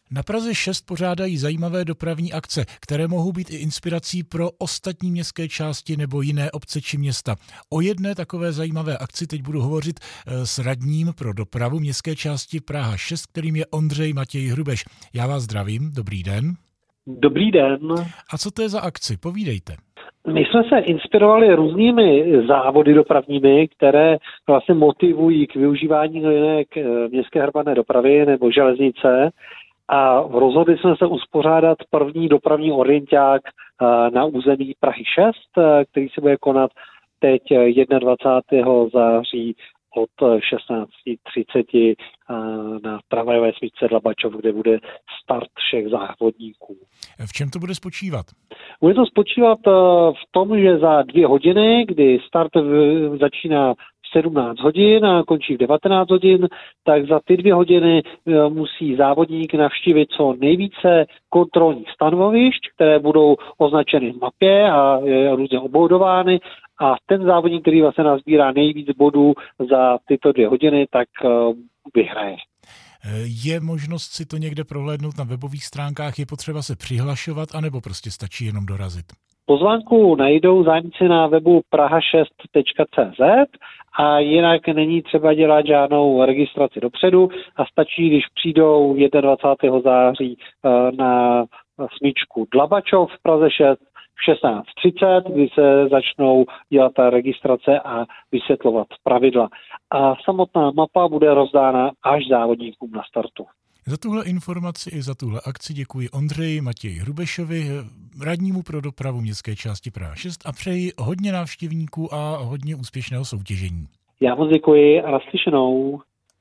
Na Praze 6 pořádají zajímavé dopravní akce, které mohou být i inspirací pro ostatní městské části nebo jiné obce či města. O jedné takové zajímavé akci teď budu hovořit s radním pro dopravu městské části Praha 6, kterým je Ondřej Matěj Hrubeš. Já vás zdravím, dobrý den. Dobrý den. A co to je za akci? Povídejte. My jsme se inspirovali různými závody dopravními, které vlastně motivují k využívání jinak městské hromadné dopravy nebo železnice. A rozhodli jsme se uspořádat první dopravní orienták na území Prahy 6, který se bude konat teď 21. září od 16:30 na tramvajové smyčce Dlabačov, kde bude start všech závodníků. V čem to bude spočívat? Bude to spočívat v tom, že za 2 hodiny, kdy start začíná v 17 hodin a končí v 19 hodin, tak za ty 2 hodiny musí závodník navštívit co nejvíce kontrolních stanovišť, které budou označeny v mapě a různě oboudovány. A ten závodník, který vlastně nazbírá nejvíc bodů za tyto 2 hodiny, tak vyhraje. Je možnost si to někde prohlédnout na webových stránkách? Je potřeba se přihlašovat, anebo prostě stačí jenom dorazit? Pozvánku najdou zájemci na webu praha6.cz a jinak není třeba dělat žádnou registraci dopředu a stačí, když přijdou 21. září na smyčku Dlabačov v Praze 6 v 16:30, kdy se začnou dělat ta registrace a vysvětlovat pravidla. A samotná mapa bude rozdána až závodníkům na startu. Za tuhle informaci i za tuhle akci děkuji Ondřeji Matěji Hrubešovi, radnímu pro dopravu městské části Praha 6 a přeji hodně návštěvníků a hodně úspěšného soutěžení. Já moc děkuji a naslyšenou.